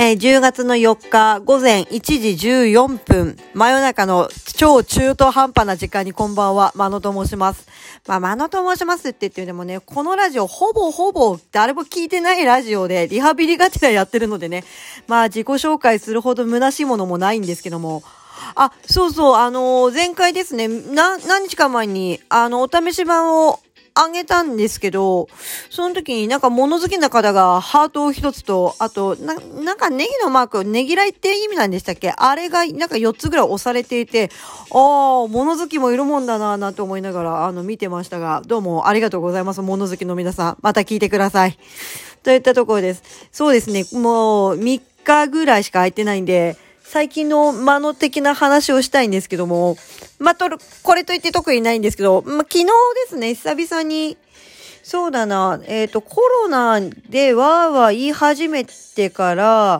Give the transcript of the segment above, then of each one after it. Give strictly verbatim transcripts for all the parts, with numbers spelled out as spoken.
えー、じゅうがつのよっか午前いちじじゅうよんぷん、真夜中の超中途半端な時間にこんばんは、まのと申します。まあ、まのと申しますって言ってでもね、このラジオほぼほぼ誰も聞いてないラジオでリハビリがてらやってるのでね、まあ自己紹介するほど虚しいものもないんですけども、あ、そうそう、あのー、前回ですね、な、何日か前に、あの、お試し版をあげたんですけど、その時になんか物好きな方がハートを一つと、あと、な、なんかネギのマーク、ネギライって意味なんでしたっけ？あれがなんかよっつぐらい押されていて、ああ、物好きもいるもんだなぁなんて思いながら、あの、見てましたが、どうもありがとうございます。物好きの皆さん。また聞いてください。といったところです。そうですね、もうみっかぐらいしか空いてないんで、最近のマノ的な話をしたいんですけども、まあ、とる、これといって特にないんですけど、まあ、昨日ですね、久々に、そうだな、えっと、コロナでわーわー言い始めてから、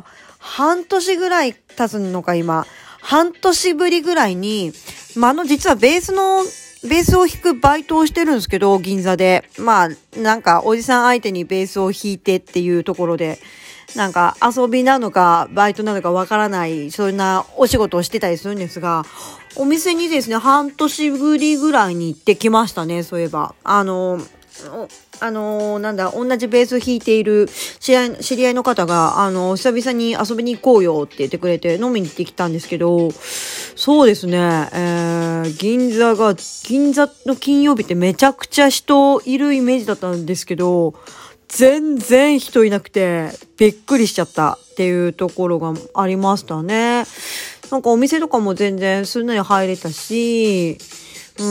半年ぐらい経つのか今、半年ぶりぐらいに、まあ、あの、実はベースの、ベースを弾くバイトをしてるんですけど、銀座で。まあ、なんか、おじさん相手にベースを弾いてっていうところで、なんか遊びなのかバイトなのかわからないそんなお仕事をしてたりするんですが、お店にですね半年ぶりぐらいに行ってきましたね。そういえばあのあのなんだ同じベース弾いている知り合い、知り合いの方があの久々に遊びに行こうよって言ってくれて飲みに行ってきたんですけど、そうですね、えー、銀座が銀座の金曜日ってめちゃくちゃ人いるイメージだったんですけど、全然人いなくてびっくりしちゃったっていうところがありましたね。なんかお店とかも全然すんなり入れたし、うん。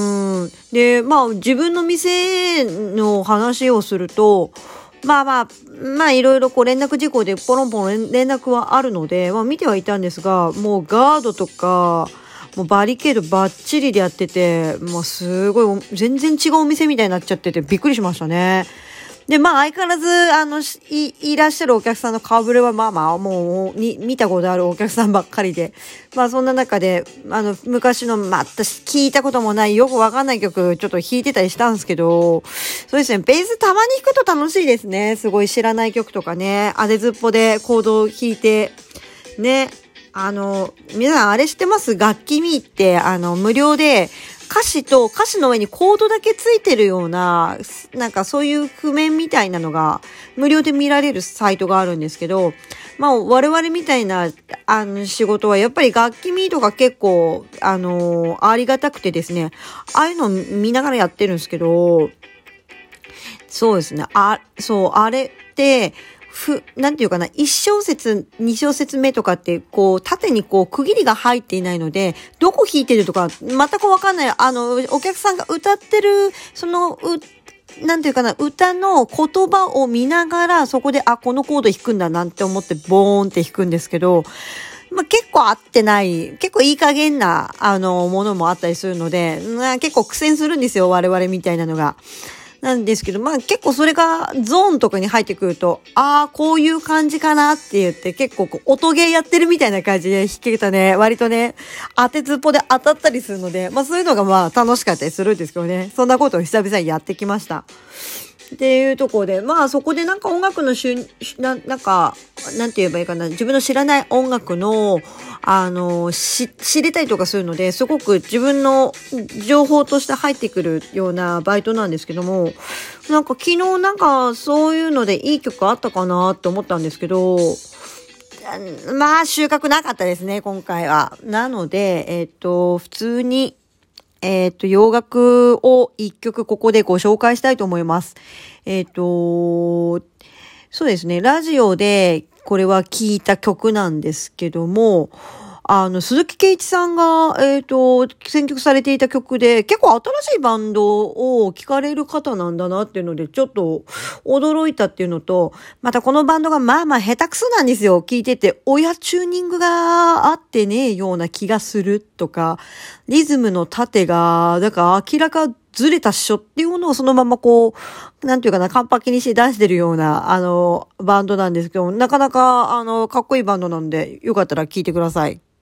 で、まあ自分の店の話をすると、まあまあ、まあいろいろこう連絡事項でポロンポロン連絡はあるので、まあ見てはいたんですが、もうガードとか、もうバリケードバッチリでやってて、もうすごい全然違うお店みたいになっちゃっててびっくりしましたね。で、まあ相変わらず、あの、い、いらっしゃるお客さんの顔ぶれはまあまあ、もう、に、見たことあるお客さんばっかりで。まあそんな中で、あの、昔の、まあ私聞いたこともない、よくわかんない曲、ちょっと弾いてたりしたんですけど、そうですね、ベースたまに弾くと楽しいですね。すごい知らない曲とかね、当てずっぽでコードを弾いて、ね、あの、皆さんあれ知ってます？楽器ミーって、あの、無料で、歌詞と歌詞の上にコードだけついてるような、なんかそういう譜面みたいなのが無料で見られるサイトがあるんですけど、まあ我々みたいなあの仕事はやっぱり楽器ミーとか結構あのー、ありがたくてですね、ああいうの見ながらやってるんですけど、そうですね、あ、そう、あれって、ふ、なんていうかな、一小節、二小節目とかって、こう、縦にこう、区切りが入っていないので、どこ弾いてるとか、全くわかんない。あの、お客さんが歌ってる、その、う、なんていうかな、歌の言葉を見ながら、そこで、あ、このコード弾くんだなんて思って、ボーンって弾くんですけど、まあ、結構合ってない、結構いい加減な、あの、ものもあったりするので、まあ、結構苦戦するんですよ、我々みたいなのが。なんですけど、まあ結構それがゾーンとかに入ってくると、ああ、こういう感じかなって言って、結構こう音ゲーやってるみたいな感じで弾けたね、割とね、当てずっぽで当たったりするので、まあそういうのがまあ楽しかったりするんですけどね、そんなことを久々にやってきました。っていうところで、まあそこでなんか音楽のしゅな、なんか、なんて言えばいいかな、自分の知らない音楽の、あの、し、知れたりとかするので、すごく自分の情報として入ってくるようなバイトなんですけども、なんか昨日なんかそういうのでいい曲あったかなって思ったんですけど、まあ収穫なかったですね、今回は。なので、えっと、普通に、えっと、洋楽を一曲ここでご紹介したいと思います。えっと、そうですね、ラジオでこれは聞いた曲なんですけども、あの、鈴木圭一さんが、えっと、選曲されていた曲で、結構新しいバンドを聴かれる方なんだなっていうので、ちょっと驚いたっていうのと、またこのバンドがまあまあ下手くそなんですよ。聴いてて、親チューニングが合ってねえような気がするとか、リズムの縦が、だから明らかずれたっしょっていうのをそのままこう、なんていうかな、完璧にして出してるような、あの、バンドなんですけど、なかなか、あの、かっこいいバンドなんで、よかったら聴いてください。